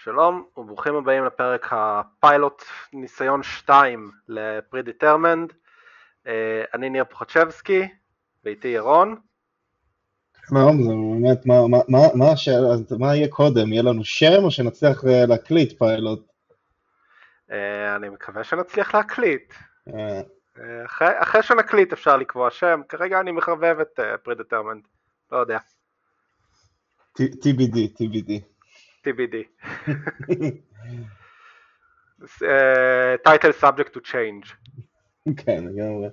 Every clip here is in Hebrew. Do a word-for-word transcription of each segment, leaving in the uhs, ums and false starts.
שלום וברוכים הבאים לפרק הפיילוט ניסיון שתיים לפרי-דיטרמנד. אני ניר פוחצ'בסקי ואיתי ירון. שלום, זה באמת, מה, מה, מה, מה, השאלה, מה יהיה קודם? יהיה לנו שם או שנצליח להקליט פיילוט? אני מקווה שנצליח להקליט. אה, אחרי, אחרי שנקליט אפשר לקבוע שם, כרגע אני מחבב את פרי-דיטרמנד, לא יודע. טי בי די, טי בי די. טי בי די. Title subject to change. כן, לגמרי.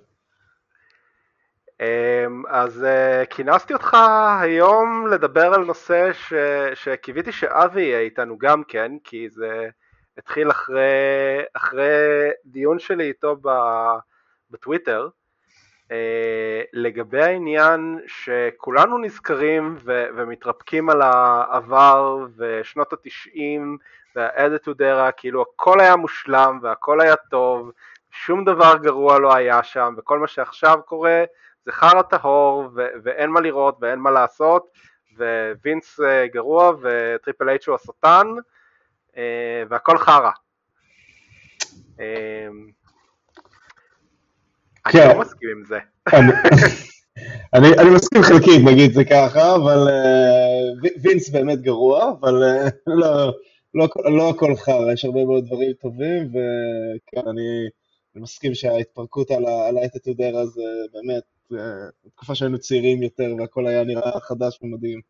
אז כינסתי אותך היום לדבר על נושא ש... שקיוויתי שאבי יהיה איתנו גם כן, כי זה התחיל אחרי, אחרי דיון שלי איתו ב... בטוויטר, לגבי העניין שכולנו נזכרים ו... ומתרפקים על העבר ושנות התשעים והאדיטוד ארה, כאילו הכל היה מושלם והכל היה טוב, שום דבר גרוע לא היה שם, וכל מה שעכשיו קורה זה חרא טהור, ו- ואין מה לראות ואין מה לעשות, ווינס גרוע וטריפל אייץ' הוא השטן, והכל חרא. אני לא מסכים עם זה. אני, אני מסכים חלקית, נגיד זה ככה, אבל וינס באמת גרוע, אבל לא, לא, לא הכל חרא, יש הרבה מאוד דברים טובים, וכן, אני, אני מסכים שההתפרקות על האטיטוד ארה זה באמת, תקופה שהיינו צעירים יותר והכל היה נראה חדש ומדהים.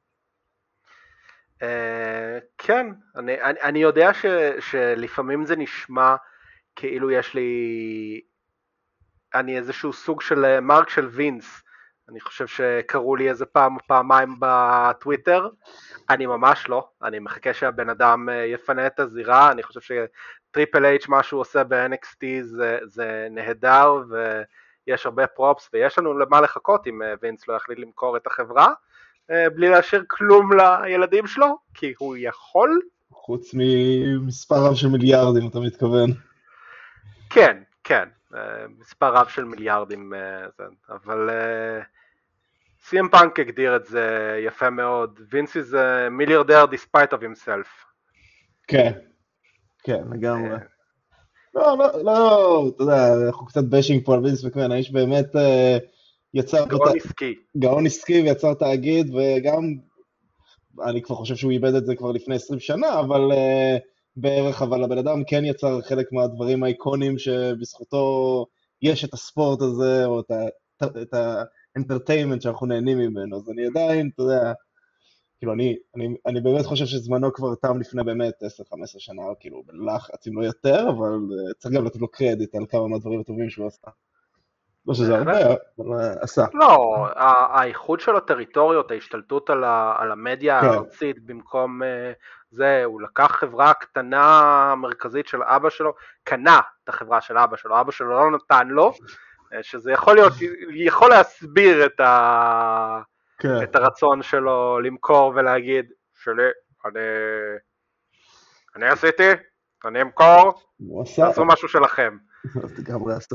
כן, אני, אני, אני יודע ש, שלפעמים זה נשמע כאילו יש לי, אני איזשהו סוג של מרק של וינס, אני חושב שקראו לי איזה פעם או פעמיים בטוויטר, אני ממש לא, אני מחכה שהבן אדם יפנה את הזירה, אני חושב שטריפל אייץ' מה שהוא עושה ב-אן אקס טי זה, זה נהדר, ויש הרבה פרופס, ויש לנו למה לחכות אם וינס לא יחליט למכור את החברה, בלי להשאיר כלום לילדים שלו, כי הוא יכול. חוץ ממספר רב של מיליארדים, אתה מתכוון. כן, כן, מספר רב של מיליארדים, אבל סי אם פאנק הגדיר את זה יפה מאוד, וינס is a milliardaire despite of himself. כן, כן, לגמרי. לא, לא, לא, אתה יודע, אנחנו קצת בשינג פה על וינס מקמן, האיש באמת יצר... גאון עסקי. גאון עסקי ויצר תאגיד, וגם, אני כבר חושב שהוא איבד את זה כבר לפני עשרים שנה, אבל בערך, אבל הבן אדם כן יצר חלק מהדברים האיקונים שבזכותו יש את הספורט הזה, או את האנטרטיימנט שאנחנו נהנים ממנו, אז אני עדיין, אתה יודע, כאילו, אני, אני, אני באמת חושב שזמנו כבר תם לפני באמת עשר חמש עשרה שנה, כאילו, בלחץ, אם לא יותר, אבל צריך גם לתת לו קרדיט על כמה מהדברים הטובים שהוא עשה. לא שזה הרבה, אבל עשה. לא, האיחוד של הטריטוריות, ההשתלטות על המדיה הארצית במקום זה, הוא לקח חברה קטנה מרכזית של אבא שלו, קנה את החברה של אבא שלו, אבא שלו לא נתן לו, שזה יכול להיות, יכול להסביר את ה... את הרצון שלו למכור ולהגיד, שלי, אני, אני עשיתי, אני אמכור, תעשו משהו שלכם. זה גמרי עשה.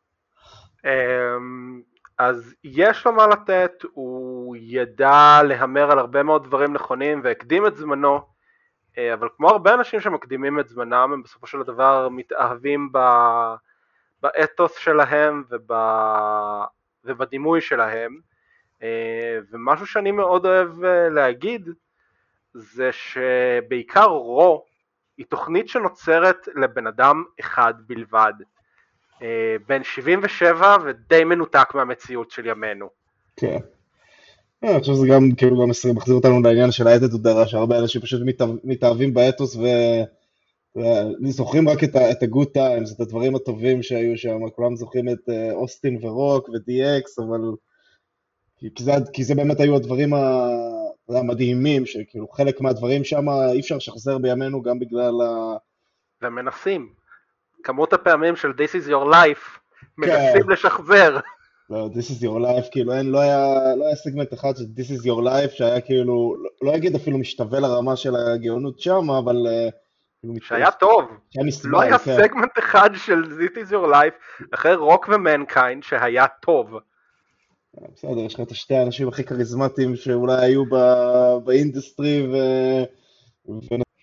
אז יש לו מה לתת, הוא ידע להמר על הרבה מאוד דברים נכונים והקדים את זמנו, אבל כמו הרבה אנשים שמקדימים את זמנם, הם בסופו של דבר מתאהבים באתוס שלהם ובדימוי שלהם, ומשהו שאני מאוד אוהב להגיד זה שבעיקר רו היא תוכנית שנוצרת לבן אדם אחד בלבד, בן שבעים ושבע ודי מנותק מהמציאות של ימינו. כן, אני חושב שזה גם כאילו גם מחזיר אותנו לעניין של האטיטוד ארה, שהרבה אנשים פשוט מתאהבים באתוס וזוכרים רק את ה-good times, את הדברים הטובים שהיו שם, כולם זוכרים את אוסטין ורוק ו-די אקס, אבל כי זה, כי זה באמת היו הדברים המדהימים, שכאילו חלק מהדברים שם אי אפשר לשחזר בימינו גם בגלל ה... ומנסים. כמות הפעמים של This is your life, מנסים לשחזר. לא, This is your life, כאילו אין, לא היה, לא היה סגמנט אחד של This is your life, שהיה כאילו, לא אגיד אפילו משתווה לרמה של הגאונות שם, אבל... שהיה טוב. לא היה סגמנט אחד של This is your life, אחרי רוק ומנקיינד, שהיה טוב. בסדר, יש לך את השתי האנשים הכי קריזמטיים שאולי היו באינדסטרי,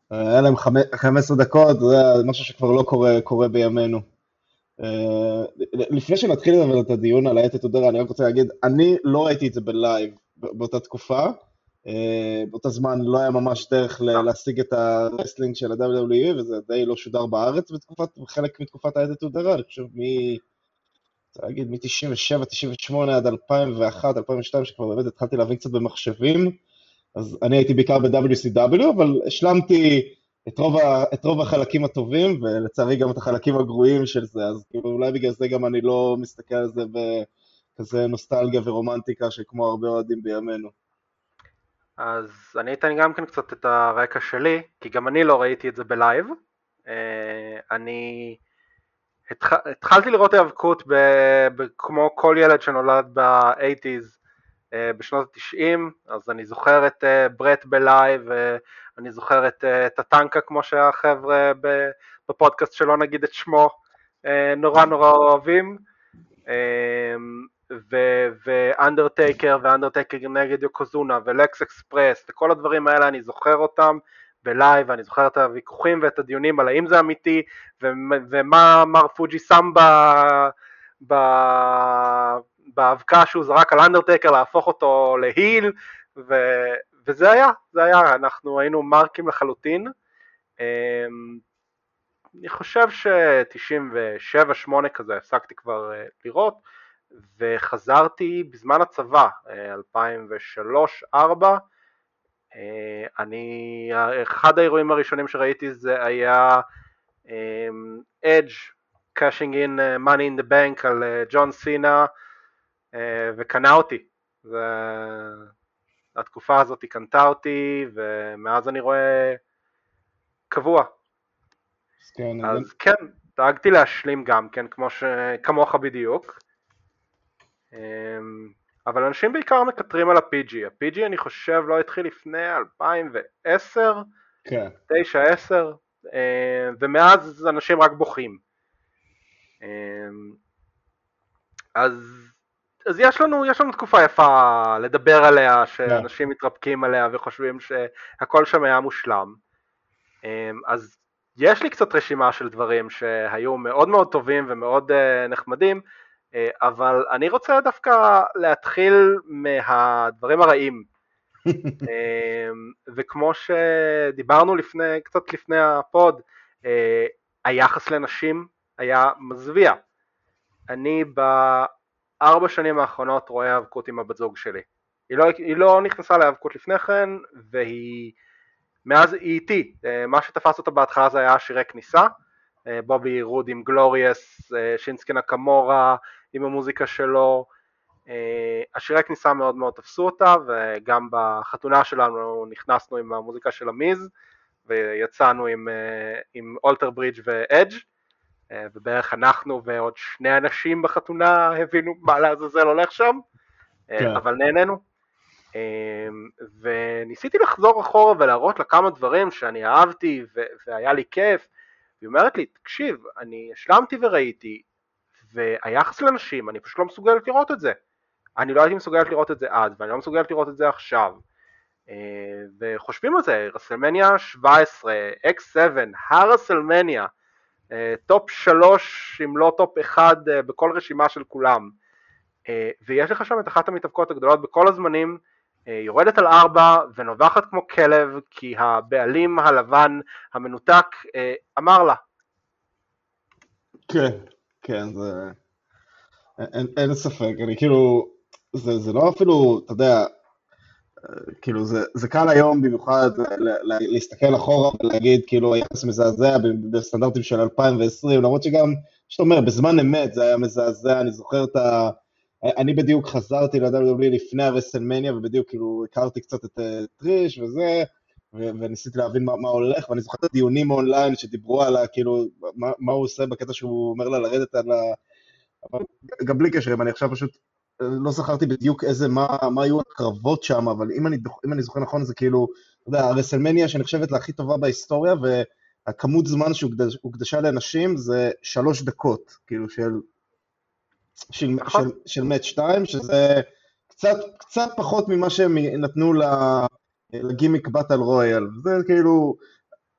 היה להם חמש עשרה דקות, זה משהו שכבר לא קורה, קורה בימינו. אה, לפני שנתחיל לדבר את הדיון על האטד טו דרה, אני רק רוצה להגיד, אני לא ראיתי את זה בלייב באותה תקופה, אה, באותה זמן לא היה ממש דרך ל- להשיג את הרסלינג של ה-דאבליו דאבליו אי, וזה די לא שודר בארץ בתקופת, חלק מתקופת האטד טו דרה, אני חושב מ... רוצה להגיד, מ-תשעים ושבע תשעים ושמונה עד אלפיים ואחת אלפיים ושתיים, שכבר באמת התחלתי להבין קצת במחשבים, אז אני הייתי בעיקר ב-דאבליו סי דאבליו, אבל השלמתי את רוב, ה, את רוב החלקים הטובים, ולצערי גם את החלקים הגרועים של זה, אז כאילו אולי בגלל זה גם אני לא מסתכל על זה בכזה נוסטלגיה ורומנטיקה, שכמו הרבה אוהדים בימינו. אז אני אתן גם כן קצת את הרקע שלי, כי גם אני לא ראיתי את זה בלייב. אני התח... התחלתי לראות היאבקות ב... ב... כמו כל ילד שנולד ב-שמונים בשנות ה-תשעים, אז אני זוכר את ברט בלייב, ואני זוכר את, את הטנקה כמו שהחבר'ה בפודקאסט שלא נגיד את שמו נורא נורא אוהבים, ואנדרטייקר ואנדרטייקר נגד יוקוזונה ולקס אקספרס וכל הדברים האלה אני זוכר אותם בלייב, ואני זוכר את הוויכוחים ואת הדיונים על האם זה אמיתי ומה מר פוג'י שם ב... באבקה שהוא זרק על אנדרטייקר להפוך אותו להיל, ו... וזה היה, זה היה, אנחנו היינו מרקים לחלוטין. אני חושב ש-תשעים ושבע שמונה כזה הפסקתי כבר לראות, וחזרתי בזמן הצבא, אלפיים ושלוש ארבע, אני, אחד האירועים הראשונים שראיתי זה היה אדג' cashing in money in the bank על ג'ון סינה, וקנה אותי, התקופה הזאת היא קנתה אותי, ומאז אני רואה קבוע. כן, אז אני... כן, דאגתי להשלים גם כן, כמו ש... כמוך בדיוק, אבל אנשים בעיקר מקטרים על ה-פי ג'י, ה-פי ג'י אני חושב לא התחיל לפני אלפיים ועשר, כן. תשע עשר, ומאז אנשים רק בוכים. אז, אז יש לנו, יש לנו תקופה יפה לדבר עליה, שאנשים מתרפקים עליה וחושבים שהכל שם היה מושלם. אז יש לי קצת רשימה של דברים שהיו מאוד מאוד טובים ומאוד נחמדים, אבל אני רוצה דווקא להתחיל מהדברים הרעים. וכמו שדיברנו לפני, קצת לפני הפוד, היחס לנשים היה מזוויע. אני בארבע שנים האחרונות רואה האבקות עם הבת זוג שלי. היא לא, היא לא נכנסה להאבקות לפני כן, והיא מאז היא איתי. מה שתפס אותה בהתחלה זה היה שירי כניסה, בובי רוד עם גלוריאס, שינסקי נקמורה עם המוזיקה שלו. השירי כניסה מאוד מאוד תפסו אותה, וגם בחתונה שלנו נכנסנו עם המוזיקה של המיז, ויצאנו עם, עם אולטר ברידג' ואדג', ובערך אנחנו ועוד שני אנשים בחתונה הבינו מה לעזאזל הולך שם, כן. אבל נהנינו. וניסיתי לחזור אחורה ולהראות לה כמה דברים שאני אהבתי והיה לי כיף, והיא אומרת לי, תקשיב, אני השלמתי וראיתי, והיחס לנשים, אני פשוט לא מסוגלת לראות את זה. אני לא הייתי מסוגלת לראות את זה אז, ואני לא מסוגלת לראות את זה עכשיו. וחושבים על זה, רסלמניה שבע עשרה, אקס שבע, הרסלמניה, טופ שלוש אם לא טופ אחד בכל רשימה של כולם. ויש לך שם את אחת המתאבקות הגדולות בכל הזמנים, יורדת על ארבע ונובחת כמו כלב, כי הבעלים הלבן המנותק אמר לה. כן, כן, זה... אין, אין ספק, אני כאילו, זה, זה לא אפילו, אתה יודע, כאילו זה, זה קל היום במיוחד להסתכל אחורה ולהגיד כאילו היחס מזעזע בסטנדרטים של אלפיים ועשרים, למרות שגם, שאתה אומר, בזמן אמת זה היה מזעזע, אני זוכר את ה... אני בדיוק חזרתי ל-דאבליו דאבליו אי לפני הרסלמניה, ובדיוק כאילו הכרתי קצת את טריש וזה, וניסיתי להבין מה, מה הולך, ואני זוכר את הדיונים אונליין שדיברו על כאילו, מה, מה הוא עושה בקטע שהוא אומר לה לרדת על ה... אבל גם בלי קשר, אם אני עכשיו פשוט לא זכרתי בדיוק איזה, מה, מה היו הקרבות שם, אבל אם אני, אם אני זוכר נכון, זה כאילו, אתה יודע, הרסלמניה שנחשבת להכי טובה בהיסטוריה, והכמות זמן שהוקדשה לאנשים זה שלוש דקות, כאילו של, של, של, של מאץ' שתיים, שזה קצת, קצת פחות ממה שהם נתנו לגימיק באטל רויאל, זה כאילו,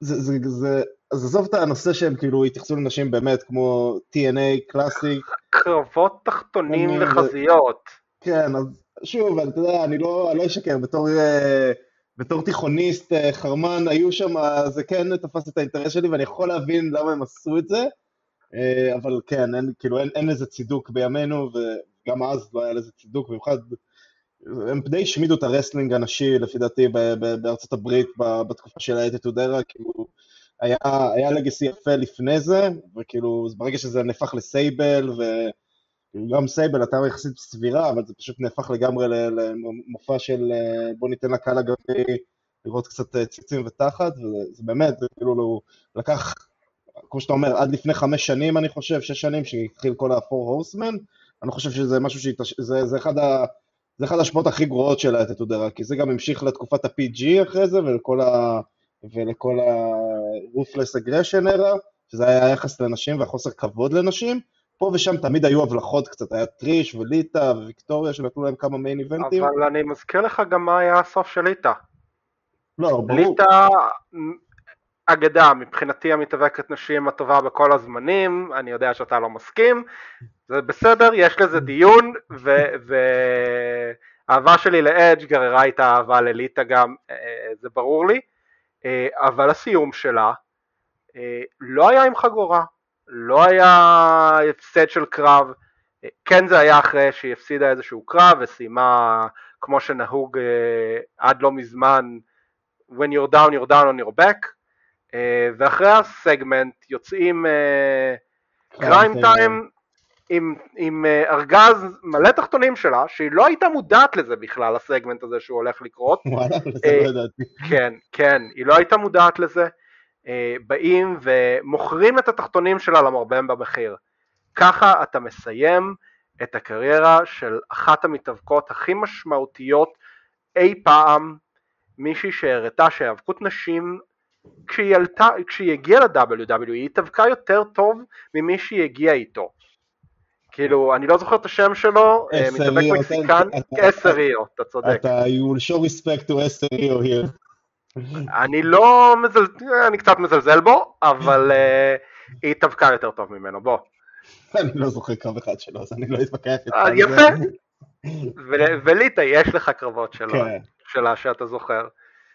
זה, זה, זה, אז עזוב את הנושא שהם כאילו התייחסו לנשים באמת כמו טי אן איי קלאסיק, קרבות תחתונים דמים, וחזיות. כן, אז שוב, אתה יודע, אני לא, אני לא אשקר, בתור, אה, בתור תיכוניסט אה, חרמן, היו שם, זה כן תפס את האינטרס שלי, ואני יכול להבין למה הם עשו את זה, אה, אבל כן, אין, כאילו, אין, אין לזה צידוק בימינו, וגם אז לא היה לזה צידוק, במיוחד, הם די השמידו את הרסלינג הנשי, לפי דעתי, ב- ב- בארצות הברית, ב- בתקופה של האטיטוד era, כאילו, היה, היה לגאסי יפה לפני זה, וכאילו, ברגע שזה נהפך לסייבל, ו... גם סייבל הייתה יחסית סבירה, אבל זה פשוט נהפך לגמרי למופע של אה, בוא ניתן לקהל הגבי לראות קצת אה, ציצים ותחת, וזה באמת, זה כאילו הוא לקח, כמו שאתה אומר, עד לפני חמש שנים אני חושב, שש שנים, שהתחיל כל ה-פור Horsemen, אני חושב שזה משהו שהתש... זה, זה אחד ה... זה אחד ההשפעות הכי גרועות של האטיטוד era, כי זה גם המשיך לתקופת ה-פי ג'י אחרי זה, ולכל ה... ולכל ה-ruthless aggression era, שזה היה היחס לנשים והחוסר כבוד לנשים, פה ושם תמיד היו הבלחות קצת, היה טריש וליטה וויקטוריה שנתנו להם כמה מיין איבנטים. אבל אני מזכיר לך גם מה היה הסוף של ליטה. לא, ברור. ליטה אגדה, מבחינתי המתאבקת נשים הטובה בכל הזמנים, אני יודע שאתה לא מסכים, זה בסדר, יש לזה דיון, והאהבה שלי לאדג' גררה את האהבה לליטה גם, זה ברור לי, אבל הסיום שלה לא היה עם חגורה, לא היה הפסד של קרב, כן זה היה אחרי שהיא הפסידה איזשהו קרב וסיימה כמו שנהוג עד לא מזמן when you're down you're down on your back, ואחרי הסגמנט יוצאים קריים טיים עם, עם ארגז מלא תחתונים שלה שהיא לא הייתה מודעת לזה בכלל, הסגמנט הזה שהוא הולך לקרות. וואלה, לזה לא ידעתי. כן, כן, היא לא הייתה מודעת לזה. באים ומוכרים את התחתונים שלה למרבה במחיר. ככה אתה מסיים את הקריירה של אחת המתאבקות הכי משמעותיות אי פעם, מישהי שהראתה שהיאבקות נשים כשהיא, עלתה, כשהיא הגיעה ל-דאבליו דאבליו אי היא התאבקה יותר טוב ממי שהיא הגיעה איתו. כאילו, אני לא זוכר את השם שלו, מתאבק מקסיקן, אסריו, אתה צודק. אתה, you will show respect to אסריו here. אני לא מזלזל, אני קצת מזלזל בו, אבל uh, היא התאבקה יותר טוב ממנו, בוא. אני לא זוכר קרב אחד שלו, אז אני לא אתווכח איתך. יפה, וליטה יש לך קרבות שלה, שלה שאתה זוכר.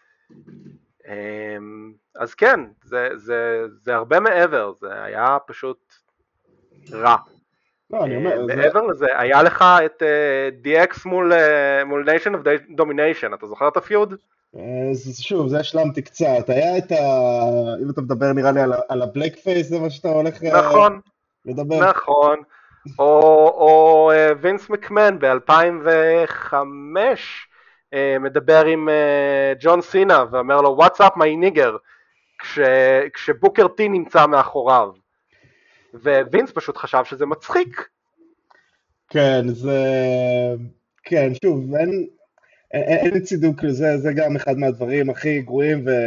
אז כן, זה, זה, זה הרבה מעבר, זה היה פשוט רע. לא, אני אומר, מעבר לזה, היה לך את די אקס מול, מול Nation of Domination, אתה זוכר את הפיוד? אז שוב, זה השלמתי קצת, היה את ה... אם אתה מדבר נראה לי על הבלק פייס, זה מה שאתה הולך נכון, לדבר. נכון, או, או וינס מקמן ב-אלפיים וחמש מדבר עם ג'ון סינה ואומר לו what's up my nigger, כש, כשבוקר טי נמצא מאחוריו, ווינס פשוט חשב שזה מצחיק. כן, זה... כן, שוב, אין... אין צידוק לזה, זה גם אחד מהדברים הכי גרועים, ו...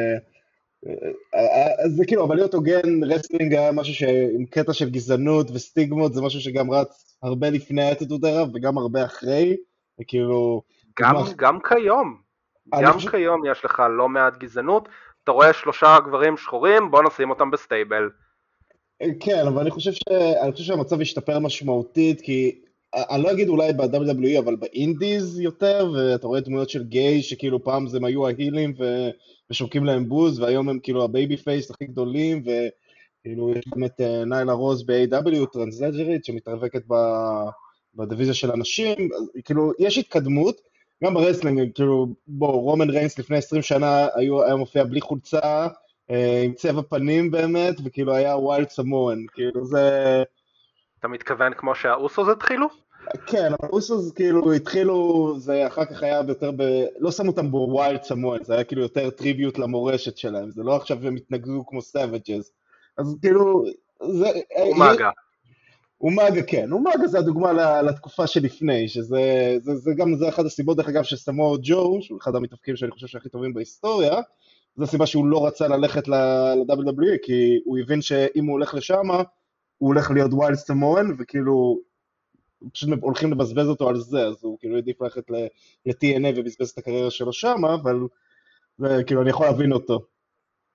זה כאילו, אבל להיות הוגן, רסלינג היה משהו שעם קטע של גזענות וסטיגמות, זה משהו שגם רץ הרבה לפני האטיטוד era וגם הרבה אחרי, וכאילו... גם, מה... גם כיום, גם חושב... כיום יש לך לא מעט גזענות, אתה רואה שלושה גברים שחורים, בוא נשים אותם בסטייבל. כן, אבל אני חושב, ש... אני חושב שהמצב השתפר משמעותית, כי... אני לא אגיד אולי ב-דאבליו דאבליו אי, אבל באינדיז יותר, ואתה רואה דמויות של גיי, שכאילו פעם זה הם היו ההילים ו... ושורקים להם בוז, והיום הם כאילו הבייבי פייס הכי גדולים, וכאילו יש גם את ניילה רוז ב-איי דאבליו, טרנסג'רית, שמתאבקת ב... בדיוויזיה של אנשים, אז, כאילו יש התקדמות, גם ברסלינג, כאילו בוא, רומן ריינס לפני עשרים שנה היו, היה מופיע בלי חולצה, אה, עם צבע פנים באמת, וכאילו היה ווילד סמואן, כאילו זה... אתה מתכוון כמו שהאוסוס התחילו? כן, אבל האוסוס כאילו התחילו, זה אחר כך היה יותר ב... לא שמו אותם בווילד סמואל, זה היה כאילו יותר טריביוט למורשת שלהם, זה לא עכשיו הם התנגדו כמו סאבג'ז, אז כאילו... זה... אומאגה. אומאגה, כן, אומאגה זה הדוגמה לתקופה שלפני, שזה זה, זה גם זה אחד הסיבות דרך אגב שסמואל ג'ו, שהוא אחד המתאבקים שאני חושב שהכי טובים בהיסטוריה, זו הסיבה שהוא לא רצה ללכת ל-דאבליו דאבליו אי, כי הוא הבין שאם הוא הולך לשם, הוא הולך להיות ווילד סמואן, וכאילו, פשוט הולכים לבזבז אותו על זה, אז הוא כאילו העדיף ללכת ל-טי אן איי ובזבז את הקריירה שלו שם, אבל זה, כאילו, אני יכול להבין אותו.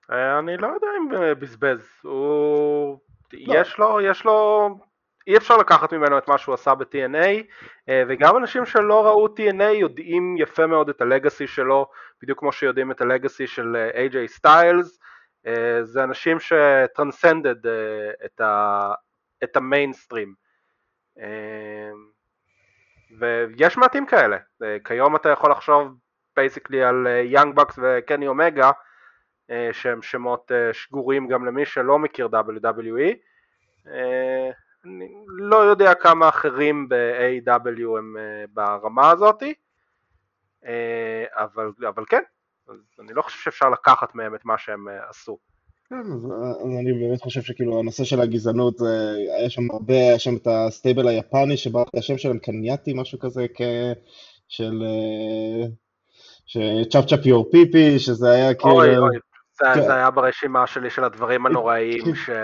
אה, אני לא יודע אם אה, בזבז, הוא... לא, יש לו, יש לו... אי אפשר לקחת ממנו את מה שהוא עשה ב-טי אן איי, אה, וגם אנשים שלא ראו טי אן איי יודעים יפה מאוד את הלגאסי שלו, בדיוק כמו שיודעים את הלגאסי של איי ג'יי סטיילס, זה אנשים שטרנסנדד את ה... את המיינסטרים. אה, ויש מעטים כאלה, אה, כיום אתה יכול לחשוב בייסיקלי על יאנג בקס וקני אומגה, אה, שהם שמות אה, שגורים גם למי שלא מכיר דאבליו דאבליו אי. אה, אני לא יודע כמה אחרים ב-איי דאבליו הם אה, ברמה הזאת, אה, אבל, אבל כן, אז אני לא חושב שאפשר לקחת מהם את מה שהם אה, עשו. כן, אז, אז אני באמת חושב שכאילו הנושא של הגזענות, זה, היה שם הרבה, היה שם את הסטייבל היפני, שבה השם שלהם קנייתי, משהו כזה, כ... של צ'אפ צ'אפ יור פיפי, שזה היה אוי כאילו, אוי, זה, כן, זה היה ברשימה שלי של הדברים הנוראים ש...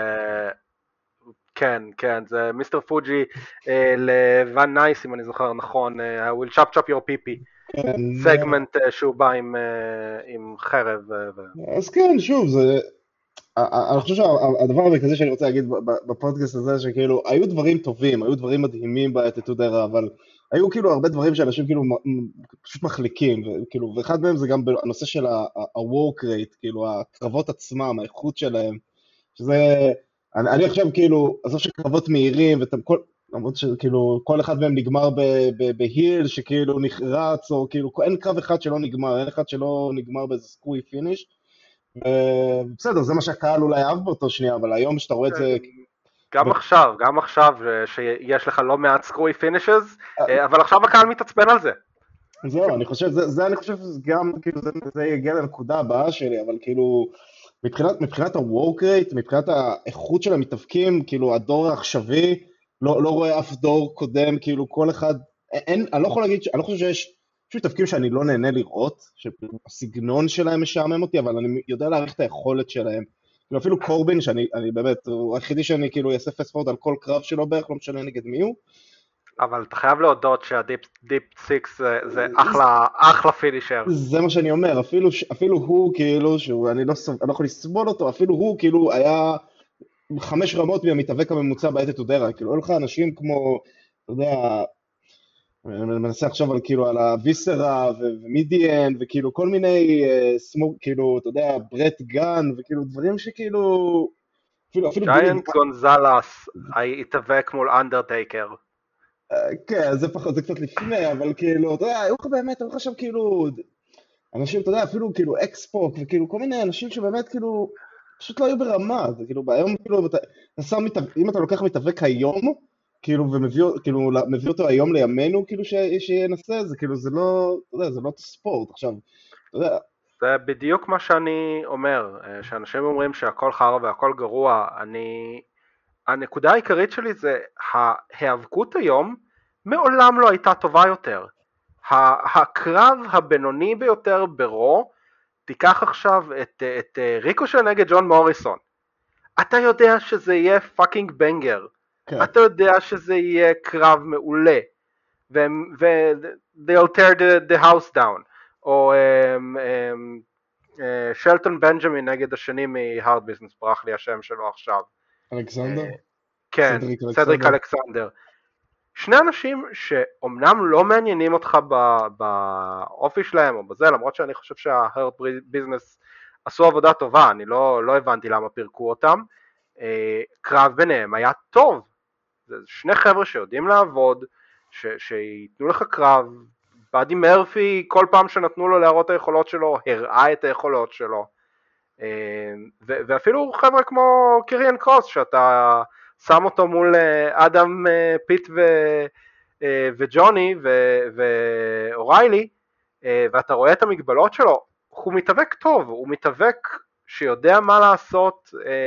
כן, כן, זה מיסטר פוג'י אה, לוואן נייס, אם אני זוכר נכון, אה, I will chop chop your pee כן, סגמנט אה, שהוא בא עם, אה, עם חרב. אה, ו... אז כן, שוב, זה, אני חושב שהדבר המרכזי שאני רוצה להגיד בפודקאסט הזה, שכאילו, היו דברים טובים, היו דברים מדהימים באטיטוד era, אבל היו כאילו הרבה דברים שאנשים כאילו פשוט מחליקים, וכאילו, ואחד מהם זה גם הנושא של ה-work rate, כאילו, הקרבות עצמם, האיכות שלהם, שזה, אני, אני עכשיו כאילו, עזוב שקרבות מהירים, ואתם כל, למרות שכאילו, כל אחד מהם נגמר בהיל, שכאילו נחרץ, או כאילו, אין קרב אחד שלא נגמר, אין אחד שלא נגמר באיזה סקוי פיניש, בסדר, זה מה שהקהל אולי אהב באותו שנייה, אבל היום שאתה רואה את זה... גם עכשיו, גם עכשיו שיש לך לא מעט סקרוי פינישז, אבל עכשיו הקהל מתעצבן על זה. זהו, אני חושב, זה, זה אני חושב גם, כאילו, זה, זה יגיע לנקודה הבאה שלי, אבל כאילו, מבחינת, מבחינת ה-work rate, מבחינת האיכות של המתאבקים, כאילו, הדור העכשווי, לא, לא רואה אף דור קודם, כאילו, כל אחד, אין, אני לא יכול להגיד, אני לא חושב שיש, יש מתאבקים שאני לא נהנה לראות, שהסגנון שלהם משעמם אותי, אבל אני יודע להעריך את היכולת שלהם. כאילו, אפילו קורבין, שאני אני באמת, הוא היחידי שאני כאילו אעשה פספורד על כל קרב שלו בערך, לא משנה נגד מי הוא. אבל אתה חייב להודות שהדיפ דיפ סיקס זה, זה אחלה, אחלה פינישר. זה מה שאני אומר, אפילו, אפילו הוא כאילו, שהוא, אני לא, אני לא יכול לסבול אותו, אפילו הוא כאילו היה חמש רמות מהמתאבק הממוצע באטיטוד era, כאילו, היו לך אנשים כמו, אתה יודע, אני מנסה עכשיו על כאילו, על הוויסרה ומידיאן, וכאילו כל מיני סמוק, כאילו, אתה יודע, ברט גן, וכאילו דברים שכאילו, אפילו, אפילו בילי, ג'יינט גונזלס התאבק מול אנדרטייקר. כן, זה פחות, זה קצת לפני, אבל כאילו, אתה יודע, היו לך באמת, היו לך שם כאילו, אנשים, אתה יודע, אפילו כאילו אקספוק, וכאילו כל מיני אנשים שבאמת כאילו, פשוט לא היו ברמה, זה כאילו, היום כאילו, אתה, אתה שם, מתאבק, אם אתה לוקח מתאבק היום, כאילו, ומביא כאילו, מביא אותו היום לימינו, כאילו, ש, שינסה, זה כאילו, זה לא, אתה יודע, זה לא ספורט, עכשיו, אתה יודע. זה בדיוק מה שאני אומר, שאנשים אומרים שהכל חרא והכל גרוע, אני... הנקודה העיקרית שלי זה, ההיאבקות היום מעולם לא הייתה טובה יותר. הקרב הבינוני ביותר ברו, תיקח עכשיו את, את ריקושה נגד ג'ון מוריסון. אתה יודע שזה יהיה פאקינג בנגר. כן. אתה יודע שזה יהיה קרב מעולה. ו... ו... they'll tear the, the house down. או um, um, uh, שלטון בנג'מין נגד השני מהארד ביזנס, ברח לי השם שלו עכשיו. אלכסנדר? Uh, כן, סדריק סדריק אלכסנדר. אלכסנדר. שני אנשים שאומנם לא מעניינים אותך באופי שלהם או בזה, למרות שאני חושב שההרד ביזנס עשו עבודה טובה, אני לא, לא הבנתי למה פירקו אותם. קרב ביניהם היה טוב, זה שני חבר'ה שיודעים לעבוד, ש, שיתנו לך קרב. באדי מרפי כל פעם שנתנו לו להראות את היכולות שלו, הראה את היכולות שלו, ו, ואפילו חבר'ה כמו קיריאן קרוס, שאתה שם אותו מול אדם פיט ו, וג'וני ואוריילי, ואתה רואה את המגבלות שלו, הוא מתאבק טוב, הוא מתאבק שיודע מה לעשות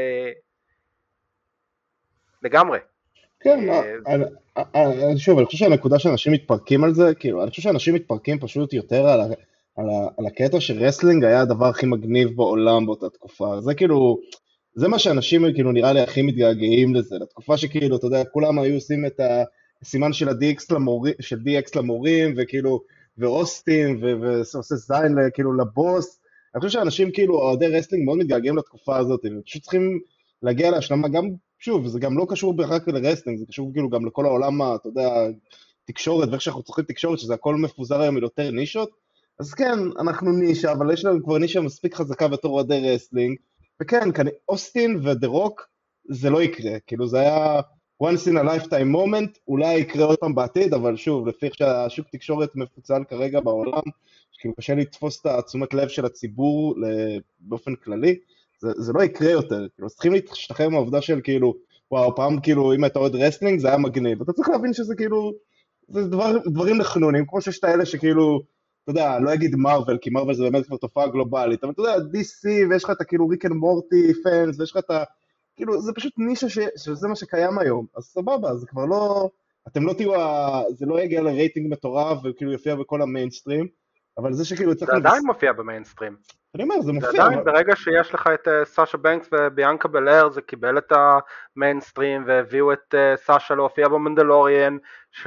לגמרי. כן, שוב, אני חושב שהנקודה שאנשים מתפרקים על זה, כאילו, אני חושב שאנשים מתפרקים פשוט יותר על, על, על הקטע שרסלינג היה הדבר הכי מגניב בעולם באותה תקופה. זה כאילו, זה מה שאנשים כאילו נראה לי הכי מתגעגעים לזה, לתקופה שכאילו, אתה יודע, כולם היו עושים את הסימן של ה-די אקס למורים, של די אקס למורים, וכאילו, ואוסטין, ועושה זין כאילו לבוס, אני חושב שאנשים כאילו, אוהדי רסלינג מאוד מתגעגעים לתקופה הזאת, הם פשוט צריכים להגיע להשלמה, גם, שוב, זה גם לא קשור בהכרח לרסלינג, זה קשור כאילו גם לכל העולם, אתה יודע, תקשורת, ואיך שאנחנו צריכים תקשורת, שזה הכל מפוזר היום יותר נישות, אז כן, אנחנו נישה, אבל יש לנו כבר נישה מספיק חזקה בתור אוהדי רסלינג, וכן, כאן אוסטין ודה רוק, זה לא יקרה, כאילו זה היה once in a lifetime moment, אולי יקרה עוד פעם בעתיד, אבל שוב, לפי איך שהשוק תקשורת מפוצל כרגע בעולם, כאילו קשה לתפוס את התשומת לב של הציבור באופן כללי, זה, זה לא יקרה יותר, כאילו, צריכים להשתחרר מהעובדה של כאילו, וואו, פעם כאילו, אם אתה עוד רסלינג, זה היה מגניב, אתה צריך להבין שזה כאילו, זה דבר, דברים לחנונים, כמו שיש את האלה שכאילו, אתה יודע, לא אגיד מרוול, כי מרוול זה באמת כבר תופעה גלובלית, אבל אתה יודע, די סי, ויש לך את כאילו ריק אנד מורטי פאנס, ויש לך את ה... כאילו, זה פשוט נישה ש... שזה מה שקיים היום, אז סבבה, זה כבר לא... אתם לא תהיו, ה... זה לא יגיע לרייטינג מטורף, וכאילו יופיע בכל המיינסטרים, אבל זה שכאילו צריך... זה עדיין מופיע במיינסטרים. אני אומר, זה מופיע. זה עדיין, ברגע שיש לך את סאשה בנקס וביאנקה בלר, זה קיבל את המיינסטרים, והביאו את סאשה להופיע במנדלוריאן,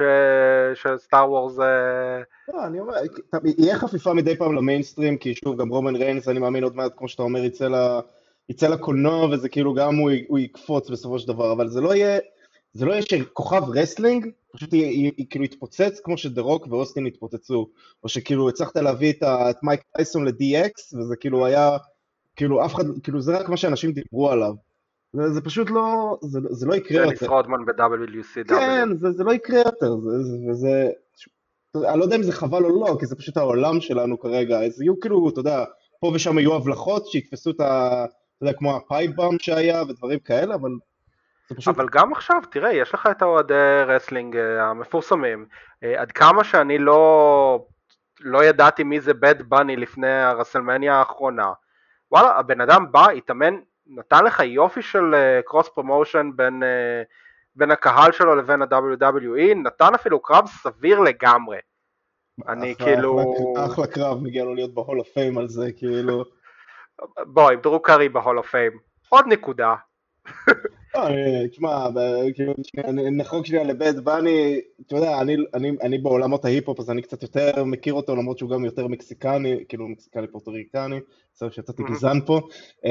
של סטאר וורס... לא, אני אומר, יהיה חפיפה מדי פעם למיינסטרים, כי שוב, גם רומן ריינס, אני מאמין עוד מעט, כמו שאתה אומר, יצא ל... יצא לקולנוע, וזה כאילו גם הוא, הוא יקפוץ בסופו של דבר, אבל זה לא יהיה, זה לא יהיה שכוכב רסלינג, פשוט יהיה, יהיה, יהיה, כאילו יתפוצץ כמו שדרוק ואוסטין התפוצצו, או שכאילו הצלחת להביא את, ה, את מייק טייסון ל-די אקס, וזה כאילו היה, כאילו אף אחד, כאילו זה רק מה שאנשים דיברו עליו, זה, זה פשוט לא, זה, זה לא יקרה יותר. דניס רודמן ב-דאבליו סי דאבליו. כן, זה, זה לא יקרה יותר, זה, זה, וזה, אני לא יודע אם זה חבל או לא, כי זה פשוט העולם שלנו כרגע, אז יהיו כאילו, אתה יודע, פה ושם יהיו הבלחות שיתפסו את ה... אתה יודע, כמו הפייפבאם שהיה ודברים כאלה, אבל זה פשוט... אבל גם עכשיו, תראה, יש לך את האוהדי רסלינג המפורסמים, עד כמה שאני לא, לא ידעתי מי זה בד בני לפני הרסלמניה האחרונה, וואלה, הבן אדם בא, התאמן, נתן לך יופי של קרוס פרומושן בין, בין הקהל שלו לבין ה-דאבליו דאבליו אי, נתן אפילו קרב סביר לגמרי. אני אחלה, כאילו... אחלה, אחלה קרב, מגיע לו להיות בהול אוף פיים על זה, כאילו... בוא, עם דרו קארי בהול אוף פיים, עוד נקודה. תשמע, נחוק שנייה לבד בני, אתה יודע, אני בעולמות ההיפ-הופ, אז אני קצת יותר מכיר אותו, למרות שהוא גם יותר מקסיקני, כאילו מקסיקני פורטוריקני, צריך שיצאתי גזען פה,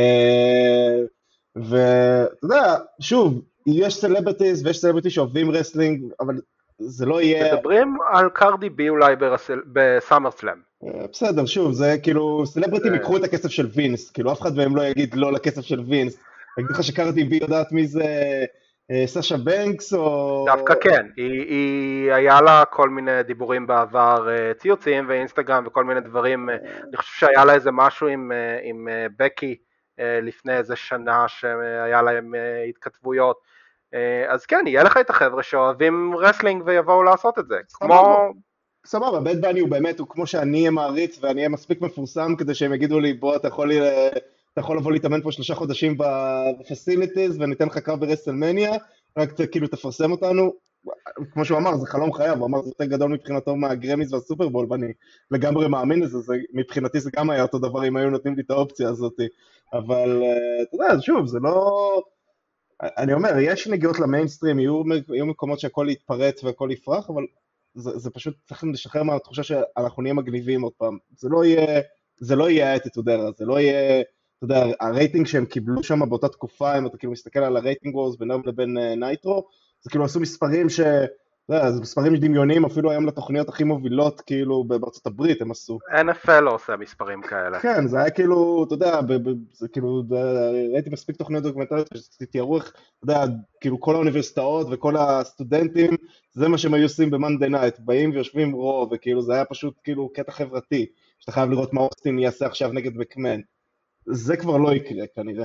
ואתה יודע, שוב, יש סלבריטיז ויש סלבריטיז שאוהבים רסלינג, אבל זה לא יהיה... מדברים על קרדי בי אולי בסאמר סלאם. בסדר, שוב, זה כאילו, סלבריטים יקחו את הכסף של וינס, כאילו אף אחד מהם לא יגיד לא לכסף של וינס, אני אגיד לך שקרדי בי יודעת מי זה סאשה בנקס או... דווקא כן, היא, היא היה לה כל מיני דיבורים בעבר, ציוצים ואינסטגרם וכל מיני דברים, אני חושב שהיה לה איזה משהו עם, עם בקי לפני איזה שנה שהיה להם התכתבויות, אז כן, יהיה לך את החבר'ה שאוהבים רסלינג ויבואו לעשות את זה, כמו... סבבה, בד בני הוא באמת, הוא כמו שאני אהיה מעריץ ואני אהיה מספיק מפורסם כדי שהם יגידו לי, בוא, אתה יכול, אתה יכול לבוא להתאמן פה שלושה חודשים בפסיליטיז וניתן לך קרב ברסלמניה, רק כאילו תפרסם אותנו, כמו שהוא אמר, זה חלום חייו, הוא אמר, זה יותר גדול מבחינתו מהגרמיז והסופרבול, ואני לגמרי מאמין לזה, זה, מבחינתי זה גם היה אותו דבר אם היו נותנים לי את האופציה הזאת, אבל אתה יודע, שוב, זה לא... אני אומר, יש נגיעות למיינסטרים, יהיו, יהיו מקומות שהכל יתפרץ והכל יפרח, אבל זה, זה פשוט צריך לשחרר מהתחושה שאנחנו נהיה מגניבים עוד פעם. זה לא יהיה, זה לא יהיה האטיטודרה, זה לא יהיה, אתה יודע, הרייטינג שהם קיבלו שם באותה תקופה, אם אתה כאילו מסתכל על הרייטינג וורס בינם לבין נייטרו, זה כאילו עשו מספרים ש... זה מספרים דמיוניים, אפילו היום לתוכניות הכי מובילות, כאילו, בארצות הברית הם עשו. אן אף אל לא עושה מספרים כאלה. כן, זה היה כאילו, אתה יודע, זה כאילו, ראיתי מספיק תוכניות דוקומנטריות, שתתיירו איך, אתה יודע, כאילו, כל האוניברסיטאות וכל הסטודנטים, זה מה שהם היו עושים במאנדי נייט, באים ויושבים רוב, וכאילו, זה היה פשוט, כאילו, קטע חברתי, שאתה חייב לראות מה אוסטין יעשה עכשיו נגד מקמן. זה כבר לא יקרה, כנראה.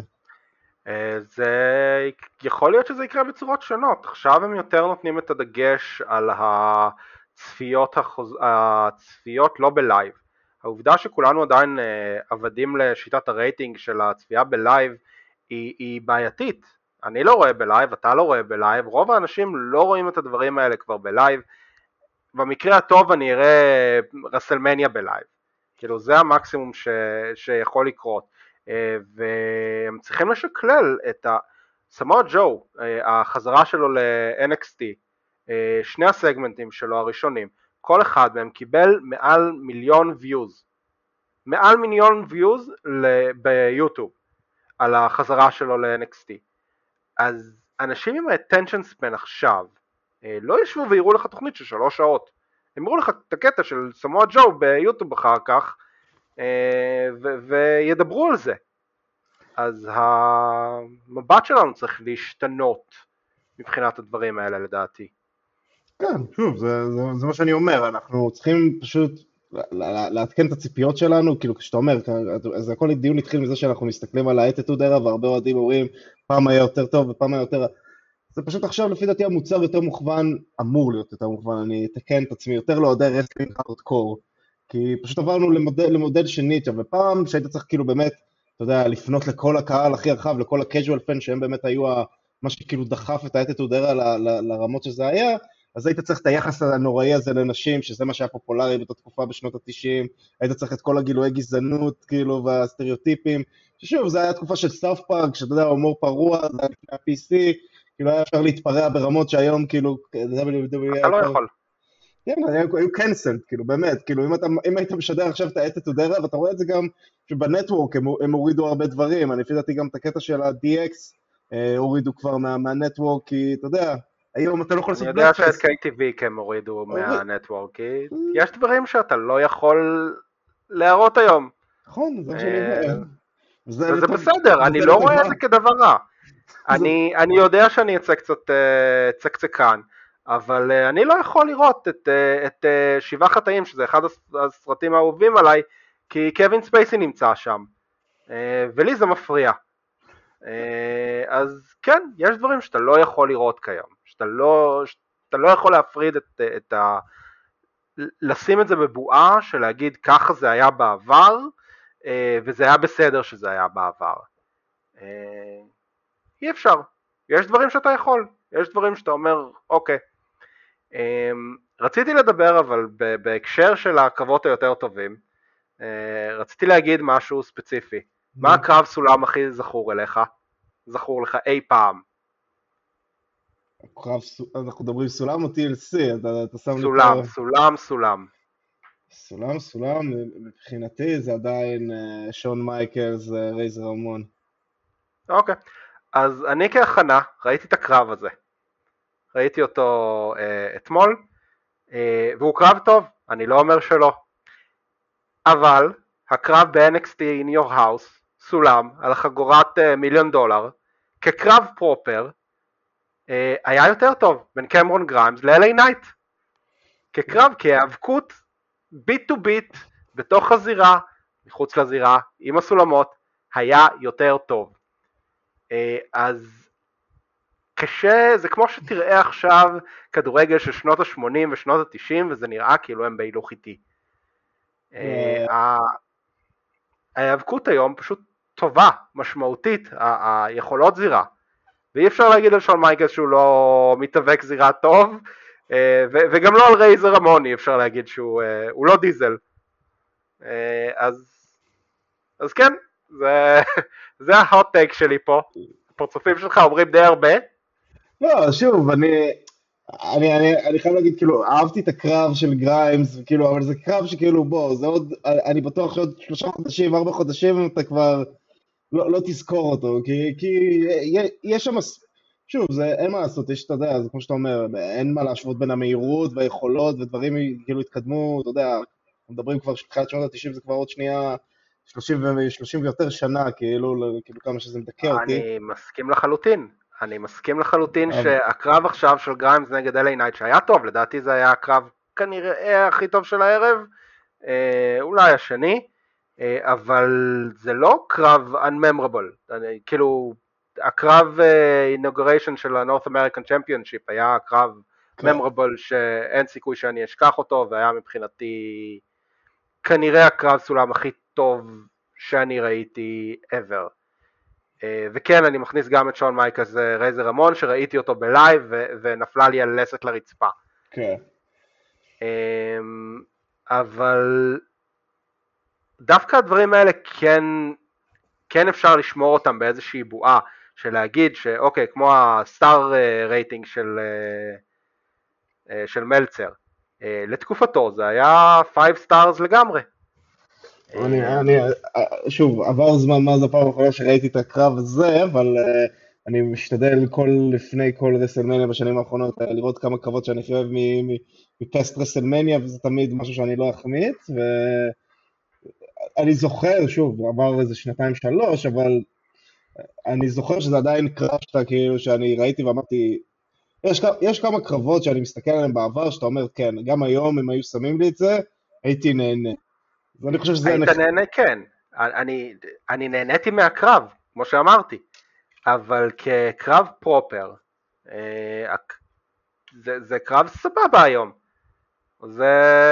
זה יכול להיות שזה יקרה בצורות שונות, עכשיו הם יותר נותנים את הדגש על הצפיות, החוז... הצפיות לא בלייב, העובדה שכולנו עדיין עבדים לשיטת הרייטינג של הצפייה בלייב היא, היא בעייתית, אני לא רואה בלייב, אתה לא רואה בלייב, רוב האנשים לא רואים את הדברים האלה כבר בלייב, במקרה הטוב אני אראה רסלמניה בלייב, כאילו זה המקסימום ש... שיכול לקרות, והם צריכים לשקלל את סמואה ג'ו, החזרה שלו ל-אן אקס טי, שני הסגמנטים שלו הראשונים, כל אחד מהם קיבל מעל מיליון ויוז, מעל מיליון ויוז ביוטיוב על החזרה שלו ל-אן אקס טי. אז אנשים עם ה-attention span עכשיו לא ישבו ויראו לך תוכנית של שלוש שעות, הם יראו לך את הקטע של סמואה ג'ו ביוטיוב אחר כך ו- וידברו על זה. אז המבט שלנו צריך להשתנות מבחינת הדברים האלה לדעתי. כן, שוב, זה, זה, זה מה שאני אומר, אנחנו צריכים פשוט לעדכן את הציפיות שלנו, כאילו כשאתה אומר, אז הכל דיון התחיל מזה שאנחנו מסתכלים על האטיטוד era, והרבה אוהדים אומרים, פעם היה יותר טוב ופעם היה יותר... זה פשוט עכשיו לפי דעתי המוצר יותר מוכוון, אמור להיות יותר מוכוון, אני אתקן את עצמי, יותר לעודד רסלינג הארדקור, כי פשוט עברנו למודל, למודל שני, ופעם שהיית צריך כאילו באמת, אתה יודע, לפנות לכל הקהל הכי רחב, לכל ה-casual fan, שהם באמת היו מה שכאילו דחף את האטיטוד era לרמות שזה היה, אז היית צריך את היחס הנוראי הזה לנשים, שזה מה שהיה פופולרי באותה תקופה בשנות ה-תשעים, היית צריך את כל הגילויי גזענות, כאילו, והסטריאוטיפים, ששוב, זה היה תקופה של סאוף פארק, שאתה יודע, הומור פרוע, זה היה לפני ה-פי סי, כאילו היה אפשר להתפרע ברמות שהיום, כאילו, אתה לא יכול. כן, היו קנסלד, כאילו, באמת, כאילו, אם, אתה, אם היית משדר עכשיו את האטיטוד era, ואתה רואה את זה גם שבנטוורק הם, הם הורידו הרבה דברים, אני לפי דעתי גם את הקטע של ה-די אקס, אה, הורידו כבר מה, מהנטוורק, כי אתה יודע, היום אתה לא יכול לעשות בלקפסט. אני יודע שאת קיי טי וי הם הורידו מהנטוורק, כי יש דברים שאתה לא יכול להראות היום. נכון, זה מה שאני אומר. וזה בסדר, אני לא רואה את זה כדבר רע. אני יודע שאני אצא קצת צקצקן, אבל אני לא יכול לראות את שבעה חטאים, שזה אחד הסרטים האהובים עליי, כי קווין ספייסי נמצא שם, ולי זה מפריע. אז כן, יש דברים שאתה לא יכול לראות כיום, שאתה לא, שאתה לא יכול להפריד את, את ה... לשים את זה בבועה של להגיד ככה זה היה בעבר, וזה היה בסדר שזה היה בעבר. אי אפשר, יש דברים שאתה יכול, יש דברים שאתה אומר אוקיי. רציתי לדבר אבל בהקשר של הקרבות היותר טובים, רציתי להגיד משהו ספציפי. מה הקרב סולם הכי זכור אליך? זכור לך אי פעם? קרב, אנחנו מדברים סולם או טי אל סי? אתה, אתה שם סולם, לי סולם, סולם. סולם, סולם, מבחינתי זה עדיין שון מייקלס, רייזר רמון. אוקיי, אז אני כהכנה ראיתי את הקרב הזה. ראיתי אותו אה, אתמול, אה, והוא קרב טוב, אני לא אומר שלא. אבל הקרב ב-אן אקס טי in your house, סולם, על החגורת אה, מיליון דולר, כקרב פרופר, אה, היה יותר טוב בין קמרון גריימס ל-אל איי נייט. כקרב, כהיאבקות, ביט טו ביט, בתוך הזירה, מחוץ לזירה, עם הסולמות, היה יותר טוב. אה, אז קשה, זה כמו שתראה עכשיו כדורגל של שנות ה-שמונים ושנות ה-תשעים, וזה נראה כאילו הם בהילוך איטי. ההיאבקות היום פשוט טובה, משמעותית, היכולות זירה, ואי אפשר להגיד על שון מייקלס שהוא לא מתאבק זירה טוב, וגם לא על רייזר רמון אי אפשר להגיד שהוא לא דיזל. אז אז כן, זה ההוט טייק שלי פה. הפרצופים שלך אומרים די הרבה. לא, שוב, אני, אני, אני, אני חייב להגיד, כאילו, אהבתי את הקרב של גריימס, כאילו, אבל זה קרב שכאילו, בוא, זה עוד, אני בטוח שעוד שלושה חודשים, ארבע חודשים, אתה כבר לא, לא תזכור אותו, כי, כי יש שם, שוב, זה, אין מה לעשות, יש, אתה יודע, זה כמו שאתה אומר, אין מה להשוות בין המהירות והיכולות, ודברים כאילו התקדמו, אתה יודע, אנחנו מדברים כבר שתחילת שנות ה-תשעים, זה כבר עוד שנייה, שלושים ויותר שנה, כאילו, כאילו כמה שזה מדכא אותי. אני מסכים לחלוטין. אני מסכים לחלוטין שהקרב עכשיו של גריימס נגד אל איי נייט שהיה טוב, לדעתי זה היה הקרב כנראה הכי טוב של הערב, אולי השני, אבל זה לא קרב unmemorable, כאילו הקרב inauguration של ה-North American Championship היה קרב memorable שאין סיכוי שאני אשכח אותו, והיה מבחינתי כנראה הקרב סולם הכי טוב שאני ראיתי ever. וכן, אני מכניס גם את שון מייקלס רייזר רמון, שראיתי אותו בלייב, ונפלה לי הלסת לרצפה. כן. אבל דווקא הדברים האלה כן, כן אפשר לשמור אותם באיזושהי בועה, של להגיד שאוקיי, כמו הסטאר רייטינג של, של מלצר, לתקופתו זה היה חמש סטארס לגמרי. אני, אני, שוב, עבר זמן מאז הפעם האחרונה שראיתי את הקרב הזה, אבל אה, אני משתדל כל, לפני כל רסלמניה בשנים האחרונות אה, לראות כמה קרבות שאני הכי אוהב מ- מ- מפסט רסלמניה, וזה תמיד משהו שאני לא אחמיץ, ואני זוכר, שוב, עבר איזה שנתיים שלוש, אבל אני זוכר שזה עדיין קרב שאתה, כאילו, שאני ראיתי ואמרתי, יש, כ- יש כמה קרבות שאני מסתכל עליהם בעבר, שאתה אומר, כן, גם היום אם היו שמים לי את זה, הייתי נהנה. ואני חושב שזה היית נכ... נהנה? כן. אני, אני נהניתי מהקרב, כמו שאמרתי, אבל כקרב פרופר, אה, הק- זה, זה קרב סבבה היום. זה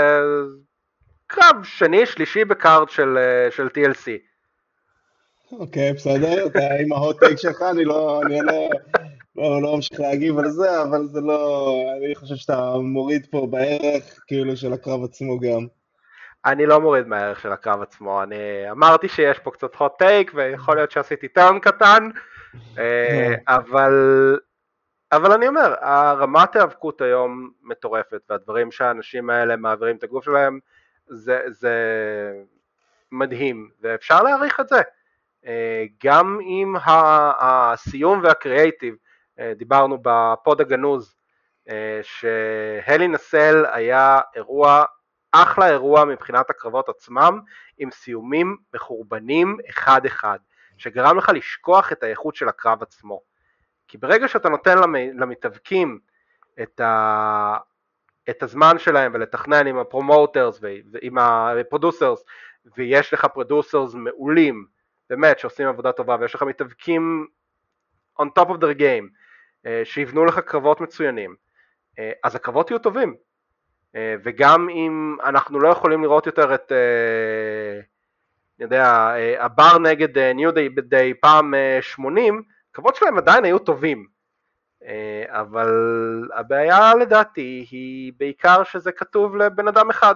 קרב שני, שלישי בקארד של, אה, של טי אל סי. אוקיי, בסדר, אתה עם ההוט-טייק שלך, אני לא, אני לא, לא, לא אמשיך להגיב על זה, אבל זה לא, אני חושב שאתה מוריד פה בערך, כאילו, של הקרב עצמו גם. אני לא מוריד מהערך של הקרב עצמו, אני אמרתי שיש פה קצת hot take ויכול להיות שעשיתי טרן קטן, אה, לא. אבל, אבל אני אומר, הרמת ההיאבקות היום מטורפת, והדברים שהאנשים האלה מעבירים את הגוף שלהם, זה, זה מדהים, ואפשר להעריך את זה. אה, גם עם ה- הסיום והקריאייטיב, אה, דיברנו בפוד הגנוז, אה, שהלי נסל היה אירוע, אחלה אירוע מבחינת הקרבות עצמם, עם סיומים מחורבנים אחד אחד, שגרם לך לשכוח את האיכות של הקרב עצמו. כי ברגע שאתה נותן למתאבקים את, ה, את הזמן שלהם ולתכנן עם הפרומוטרס ועם הפרודוסרס, ויש לך פרודוסרס מעולים, באמת שעושים עבודה טובה, ויש לך מתאבקים on top of their game, שיבנו לך קרבות מצוינים, אז הקרבות יהיו טובים. וגם אם אנחנו לא יכולים לראות יותר את, אני יודע, הבר נגד ניו דיי דיי פעם שמונים, הקרבות שלהם עדיין היו טובים, אבל הבעיה לדעתי היא בעיקר שזה כתוב לבן אדם אחד,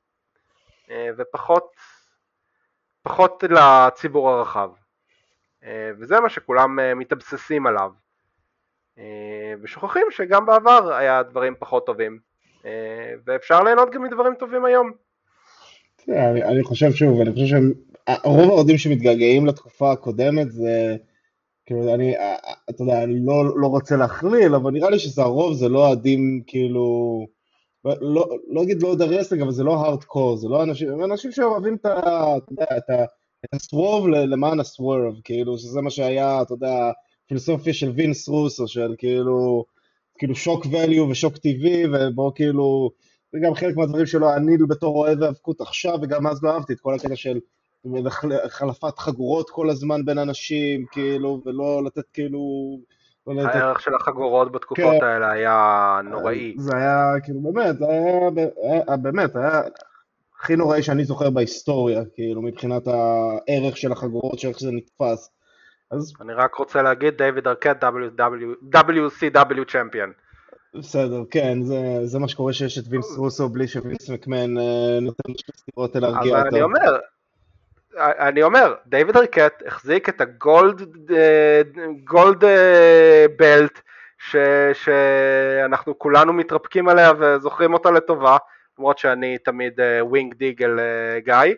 ופחות פחות לציבור הרחב, וזה מה שכולם מתאבססים עליו, ושוכחים שגם בעבר היה דברים פחות טובים, ואפשר ליהנות גם מדברים טובים היום. תראה, אני, אני חושב שוב, אני חושב שרוב האוהדים שמתגעגעים לתקופה הקודמת זה, כאילו, אני, אתה יודע, אני לא, לא רוצה להכליל, אבל נראה לי שזה הרוב, זה לא אוהדים, כאילו, לא, לא, לא אגיד לא יודע רסלינג, אבל זה לא הארדקור, זה לא אנשים, הם אנשים שאוהבים את ה... אתה יודע, את ה... את הסוורב למען הסוורב, כאילו, שזה מה שהיה, אתה יודע, פילוסופיה של וינס רוסו, של כאילו, כאילו שוק ואליו ושוק טבעי, ובו כאילו, זה גם חלק מהדברים שלו, אני בתור אוהב האבקות עכשיו, וגם אז לא אהבתי את כל הקטע של חלפת חגורות כל הזמן בין אנשים, כאילו, ולא לתת כאילו, לא לתת, הערך של החגורות כן, בתקופות האלה היה נוראי. זה היה, כאילו, באמת, זה היה, היה, באמת, היה הכי נוראי שאני זוכר בהיסטוריה, כאילו, מבחינת הערך של החגורות, שאיך שזה נתפס. אז אני רק רוצה להגיד, דיוויד ארקט דאבליו סי דאבליו צ'מפיון. בסדר, כן, זה, זה מה שקורה שיש את וינס רוסו בלי שווינס מקמן אה, נותן שתי סטירות להרגיע אבל אני אותו. אומר, אני אומר, דיוויד ארקט החזיק את הגולד גולד בלט, שאנחנו כולנו מתרפקים עליה וזוכרים אותה לטובה, למרות שאני תמיד ווינג דיגל גיא,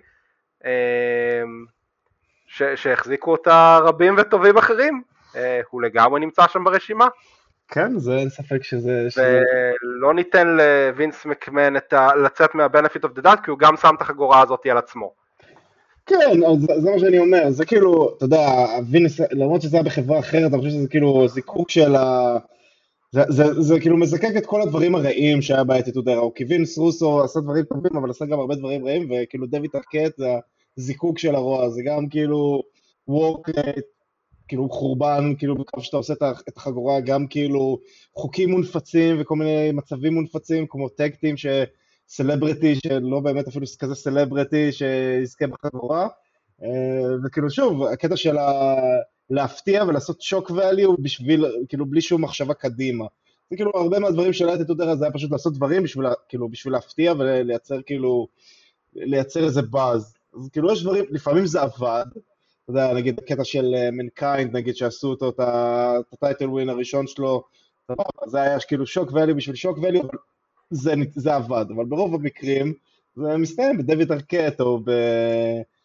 שהחזיקו אותה רבים וטובים אחרים, הוא לגמרי נמצא שם ברשימה. כן, זה אין ספק שזה... שזה... ולא ניתן לווינס מקמן ה... לצאת מה-benefit of the doubt, כי הוא גם שם את החגורה הזאת על עצמו. כן, אז זה, זה מה שאני אומר, זה כאילו, אתה יודע, וינס, למרות שזה היה בחברה אחרת, אני חושב שזה כאילו זיקוק של ה... זה, זה, זה כאילו מזקק את כל הדברים הרעים שהיה באטיטוד era, כי וינס רוסו עשה דברים טובים, אבל עשה גם הרבה דברים רעים, וכאילו דויד ארקט זה הזיקוק של הרוע, זה גם כאילו וורק, כאילו חורבן, כאילו בכך שאתה עושה את החגורה, גם כאילו חוקים מונפצים וכל מיני מצבים מונפצים, כמו טקטים שסלבריטי, שלא באמת אפילו כזה סלבריטי שיזכה בחגורה, וכאילו שוב, הקטע של להפתיע ולעשות שוק ואליו בשביל, כאילו בלי שום מחשבה קדימה. זה כאילו הרבה מהדברים של האטיטוד era, זה היה פשוט לעשות דברים בשביל, כאילו, בשביל להפתיע ולייצר כאילו, לייצר איזה באז. אז כאילו יש דברים, לפעמים זה עבד, אתה יודע, נגיד הקטע של מנקיינד, נגיד שעשו אותו, את הטייטל ווין הראשון שלו, זה היה כאילו שוק ואליו בשביל שוק ואליו, אבל זה, זה עבד, אבל ברוב המקרים זה מסתיים בדויד ארקט או ב...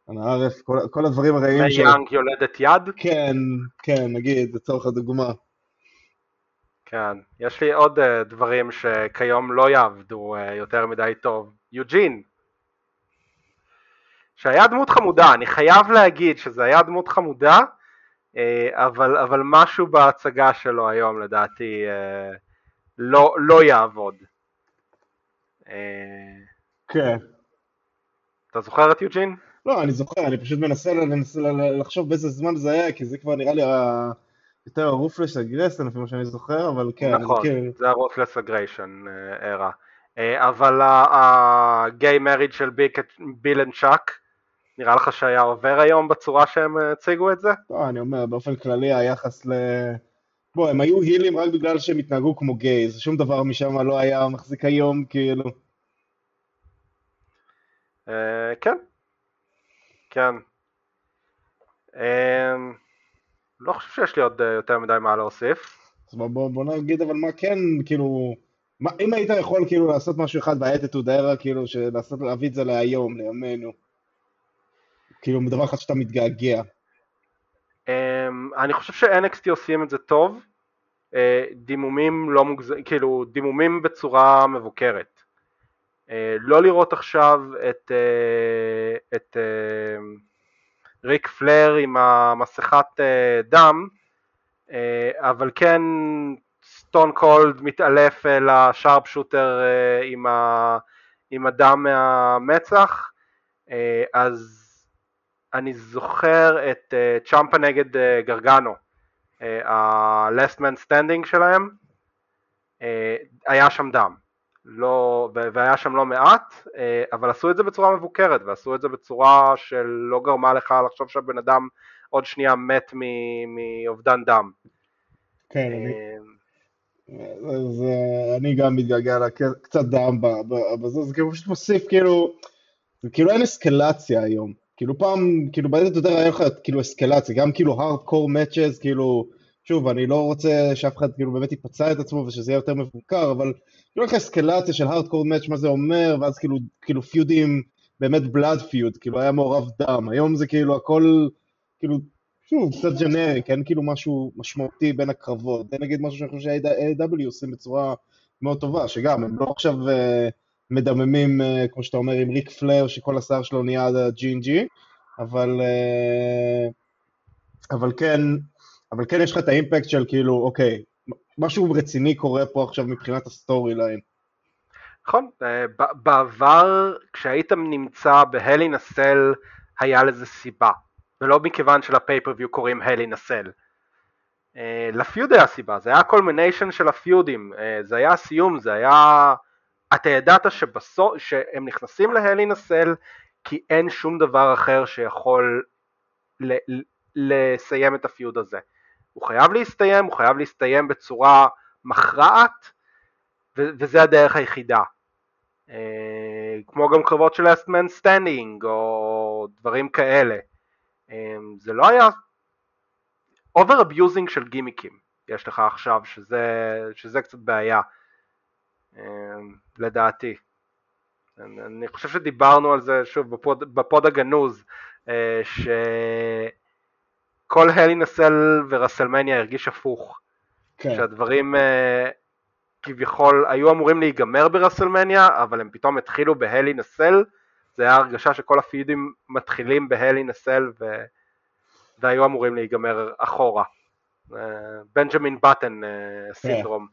אנא ערף, כל, כל הדברים הרעים ש... מיאנג יולדת יד? כן, כן, נגיד, לצורך הדוגמה. כן, יש לי עוד uh, דברים שכיום לא יעבדו uh, יותר מדי טוב. יוג'ין, שהיה דמות חמודה, אני חייב להגיד שזה היה דמות חמודה, uh, אבל, אבל משהו בהצגה שלו היום לדעתי uh, לא, לא יעבוד. Uh, כן. אתה זוכר את יוג'ין? לא, אני זוכר, אני פשוט מנסה, מנסה לחשוב באיזה זמן זה היה, כי זה כבר נראה לי ה... יותר הרופלס אגרסן, לפי מה שאני זוכר, אבל כן, אני נכון, מכיר. זה ה-Ruthless Aggression era. אבל הגיי מריד של ביל אנד צ'אק, נראה לך שהיה עובר היום בצורה שהם הציגו את זה? לא, אני אומר, באופן כללי היחס ל... בוא, הם היו הילים רק בגלל שהם התנהגו כמו גייז, שום דבר משם לא היה מחזיק היום, כאילו. אה, כן, כן. אה, לא חושב שיש לי עוד אה, יותר מדי מה להוסיף. אז בוא, בוא, בוא נגיד, אבל מה כן, כאילו... מה, אם היית יכול כאילו לעשות משהו אחד באטיטוד הארה, כאילו, שלעשות, להביא את זה להיום, לימינו. כאילו, מדבר אחד שאתה מתגעגע. אה, אני חושב ש-אן אקס טי עושים את זה טוב, אה, דימומים לא מוגז... כאילו דימומים בצורה מבוקרת. אה, לא לראות עכשיו את, אה, את אה, ריק פלר עם המסכת אה, דם, אה, אבל כן סטון קולד מתעלף אל השארפ שוטר אה, עם, ה, עם הדם מהמצח, אה, אז אני זוכר את אה, צ'מפה נגד אה, גרגנו, ה-last man standing שלהם, אה, היה שם דם. לא, והיה שם לא מעט, אבל עשו את זה בצורה מבוקרת, ועשו את זה בצורה שלא גרמה לך לחשוב שהבן אדם עוד שנייה מת מאובדן דם. כן, אני... אז אני גם מתגעגע לקצת דם בזה, זה כאילו פשוט מוסיף, כאילו, זה כאילו אין אסקלציה היום. כאילו פעם, כאילו בעצם יותר היה לך כאילו אסקלציה, גם כאילו הארדקור מאצ'ז, כאילו, שוב, אני לא רוצה שאף אחד כאילו באמת ייפצע את עצמו ושזה יהיה יותר מבוקר, אבל כאילו לך אסקלציה של הארדקור מאץ' מה זה אומר, ואז כאילו, כאילו פיודים, באמת בלאד פיוד, כאילו היה מעורב דם, היום זה כאילו הכל, כאילו, שוב, קצת ג'נריק, אין כאילו משהו משמעותי בין הקרבות, זה נגיד משהו שאני חושב שה-איי דאבליו עושים בצורה מאוד טובה, שגם הם לא עכשיו מדממים, כמו שאתה אומר, עם ריק פלר, שכל השיער שלו נהיה ג'י אן ג'י, אבל, אבל כן, אבל כן יש לך את האימפקט של כאילו, אוקיי, משהו רציני קורה פה עכשיו מבחינת הסטורי ליין. נכון, בעבר כשהיית נמצא בהלי נסל היה לזה סיבה, ולא מכיוון שלפייפריוויו קוראים הלי נסל. לפיוד היה סיבה, זה היה קולמיניישן של הפיודים, זה היה הסיום, זה היה... אתה ידעת שבסוף, שהם נכנסים להלי נסל כי אין שום דבר אחר שיכול ל- לסיים את הפיוד הזה. הוא חייב להסתיים, הוא חייב להסתיים בצורה מכרעת, ו- וזה הדרך היחידה. כמו גם קרבות של last man standing או דברים כאלה. זה לא היה over abusing של גימיקים יש לך עכשיו, שזה, שזה קצת בעיה לדעתי. אני חושב שדיברנו על זה שוב בפוד, בפוד הגנוז, שכל הלי נסל ורסלמניה הרגיש הפוך, כן. שהדברים כביכול היו אמורים להיגמר ברסלמניה, אבל הם פתאום התחילו בהלי נסל, זה היה הרגשה שכל הפיודים מתחילים בהלי נסל, ו... והיו אמורים להיגמר אחורה. בנג'מין בטן סינדרום.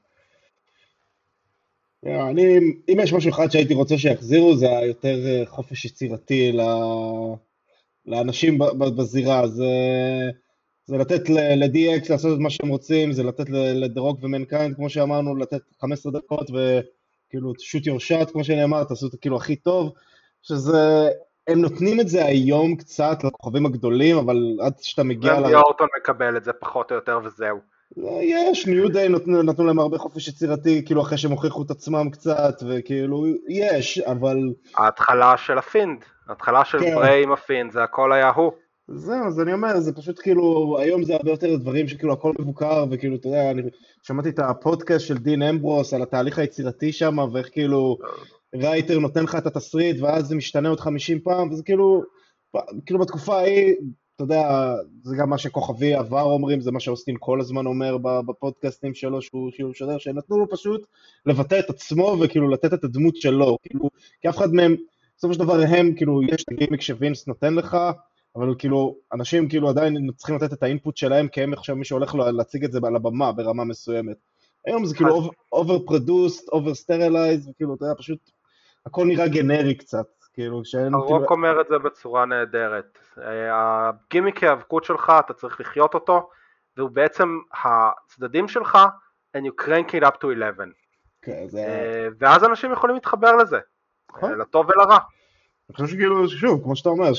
אני, אם יש משהו אחד שהייתי רוצה שיחזירו, זה היותר חופש יצירתי לאנשים בזירה, זה, זה לתת ל-די אקס לעשות את מה שהם רוצים, זה לתת לדרוק ומנקיינד, כמו שאמרנו, לתת חמש עשרה דקות וכאילו shoot your shot, כמו שנאמר, תעשו את כאילו הכי טוב, שזה, הם נותנים את זה היום קצת לכוכבים הגדולים, אבל עד שאתה מגיע... רנדי אורטון מקבל את זה פחות או יותר וזהו. יש, ניו דיי נתנו, נתנו להם הרבה חופש יצירתי, כאילו אחרי שהם הוכיחו את עצמם קצת, וכאילו, יש, אבל... ההתחלה של הפינד, ההתחלה של כן. ברי עם הפינד, זה הכל היה הוא. זהו, אז אני אומר, זה פשוט כאילו, היום זה הרבה יותר דברים שכאילו הכל מבוקר, וכאילו, אתה יודע, אני שמעתי את הפודקאסט של דין אמברוס על התהליך היצירתי שם, ואיך כאילו, רייטר נותן לך את התסריט, ואז זה משתנה עוד חמישים פעם, וזה כאילו, כאילו בתקופה ההיא, אתה יודע, זה גם מה שכוכבי עבר אומרים, זה מה שאוסטין כל הזמן אומר בפודקאסטים שלו, שהוא משדר, שנתנו לו פשוט לבטא את עצמו וכאילו לתת את הדמות שלו, כאילו, כי אף אחד מהם, בסופו של דבר הם, כאילו, יש את הגימיק שווינס נותן לך, אבל כאילו, אנשים כאילו עדיין צריכים לתת את האינפוט שלהם, כי הם עכשיו מי שהולך להציג את זה על הבמה ברמה מסוימת. היום זה כאילו overproduced, oversterilized, וכאילו, אתה יודע, פשוט, הכל נראה גנרי קצת, כאילו, שאין, כאילו... הרוק אומר את זה בצורה נהדרת. הגימיק ההיאבקות שלך, אתה צריך לחיות אותו, והוא בעצם הצדדים שלך, and you crank it up to eleven. כן, זה... ואז אנשים יכולים להתחבר לזה, לטוב ולרע. אני חושב שכאילו, שוב, כמו שאתה אומר,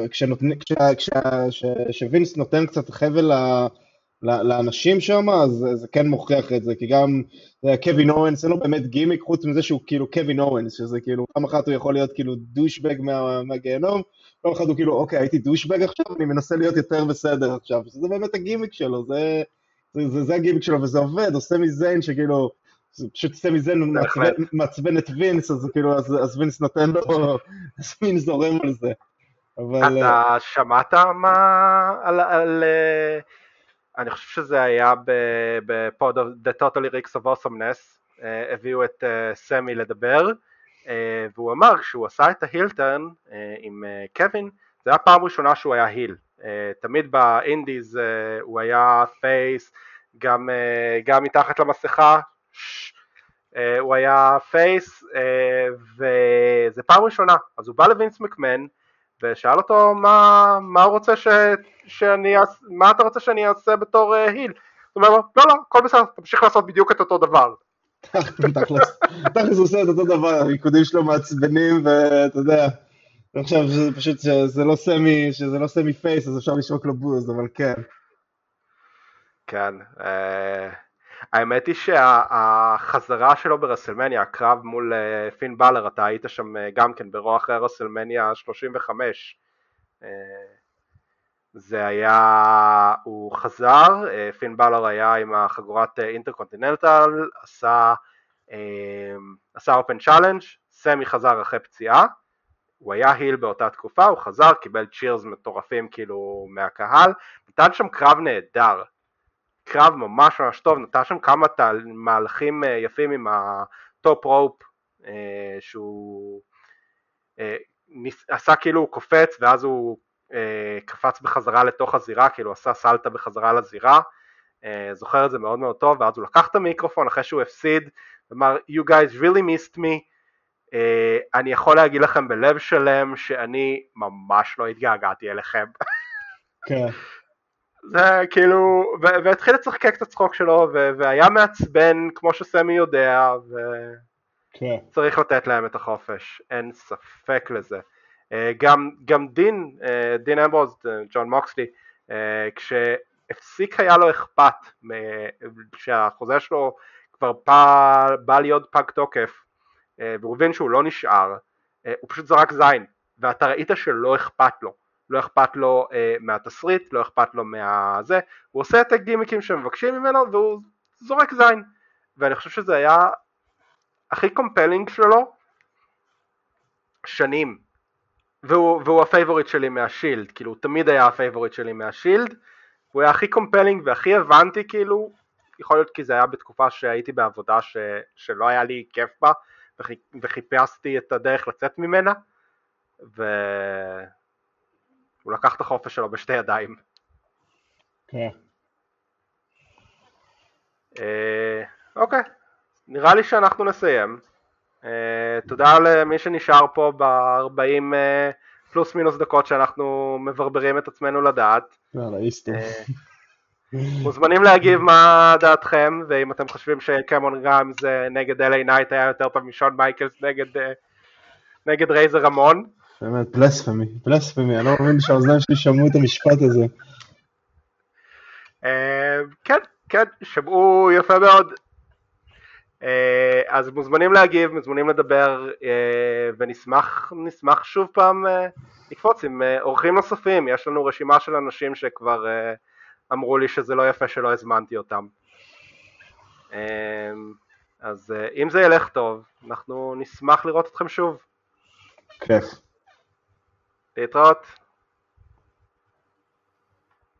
כשווינס נותן קצת חבל לאנשים שם, אז זה כן מוכיח את זה, כי גם קווין אורנס, אין לו באמת גימיק, חוץ מזה שהוא כאילו קווין אורנס, שזה כאילו, פעם אחת הוא יכול להיות כאילו דושבג מהגיהנום, פעם אחת הוא כאילו, אוקיי, הייתי דושבג עכשיו, אני מנסה להיות יותר בסדר עכשיו, שזה באמת הגימיק שלו, זה הגימיק שלו, וזה עובד, עושה מזיין שכאילו, פשוט סמי זן מעצבן את וינס, אז כאילו, אז וינס נותן לו, אז וינס זורם על זה. אתה שמעת מה על, אני חושב שזה היה בפוד The Totally Ricks of Awesomeness, הביאו את סמי לדבר, והוא אמר כשהוא עשה את ההילטרן עם קווין, זה היה פעם ראשונה שהוא היה היל, תמיד באינדיז הוא היה פייס, גם, גם מתחת למסכה, הוא היה פייס, וזה פעם ראשונה, אז הוא בא לווינס מקמן, ושאל אותו מה, מה הוא רוצה ש, שאני, מה אתה רוצה שאני אעשה בתור היל? הוא אומר לו, לא לא, הכל בסדר, תמשיך לעשות בדיוק את אותו דבר. תכלס, תכלס הוא עושה את אותו דבר, הריקודים שלו מעצבנים, ואתה יודע, עכשיו שזה פשוט, שזה לא סמי, שזה לא סמי פייס, אז אפשר לשרוק לו בוז, אבל כן. כן, האמת היא שהחזרה שלו ברסלמניה, הקרב מול פין בלר, אתה היית שם גם כן ברוע אחרי רסלמניה שלושים וחמש, זה היה, הוא חזר, פין בלר היה עם החגורת אינטרקונטיננטל, עשה, עשה אופן צ'אלנג', סמי חזר אחרי פציעה, הוא היה היל באותה תקופה, הוא חזר, קיבל צ'ירס מטורפים כאילו מהקהל, נתן שם קרב נהדר, קרב ממש ממש טוב, נתן שם כמה מהלכים יפים עם הטופ רופ, שהוא עשה כאילו הוא קופץ, ואז הוא קפץ בחזרה לתוך הזירה, כאילו עשה סלטה בחזרה לזירה, זוכר את זה מאוד מאוד טוב, ואז הוא לקח את המיקרופון אחרי שהוא הפסיד, ואמר, you guys really missed me, אני יכול להגיד לכם בלב שלם, שאני ממש לא התגעגעתי אליכם. כן. זה כאילו, והתחיל לצחקק את הצחוק שלו, והיה מעצבן כמו שסמי יודע, וצריך לתת להם את החופש, אין ספק לזה. גם, גם דין, דין אמברוז, ג'ון מוקסלי, כשהפסיק היה לו אכפת, כשהחוזה שלו כבר בא, בא להיות פג תוקף, והוא הבין שהוא לא נשאר, הוא פשוט זרק זין, ואתה ראית שלא אכפת לו, לא אכפת לו מהתסריט, לא אכפת לו מהזה, הוא עושה את הגימיקים שמבקשים ממנו, והוא זורק זין, ואני חושב שזה היה הכי קומפלינג שלו, שנים, והוא, והוא הפייבוריט שלי מהשילד, כאילו הוא תמיד היה הפייבוריט שלי מהשילד, הוא היה הכי קומפלינג והכי הבנתי כאילו, יכול להיות כי זה היה בתקופה שהייתי בעבודה ש, שלא היה לי כיף בה, וחיפשתי את הדרך לצאת ממנה, והוא לקח את החופש שלו בשתי ידיים. כן. אוקיי, נראה לי שאנחנו נסיים. תודה למי שנשאר פה ב-ארבעים פלוס מינוס דקות שאנחנו מברברים את עצמנו לדעת. יאללה, איסטו. מוזמנים להגיב מה דעתכם, ואם אתם חושבים שקמון גריימס נגד אל איי נייט היה יותר טוב משון מייקלס נגד, נגד רייזר רמון. באמת, בלספמי, בלספמי, אני לא מבין שהאוזניים שלי שמעו את המשפט הזה. כן, כן, שמעו יפה מאוד. אז מוזמנים להגיב, מוזמנים לדבר, ונשמח נשמח שוב פעם לקפוץ עם אורחים נוספים. יש לנו רשימה של אנשים שכבר אמרו לי שזה לא יפה שלא הזמנתי אותם. אז אם זה ילך טוב, אנחנו נשמח לראות אתכם שוב. כיף. להתראות.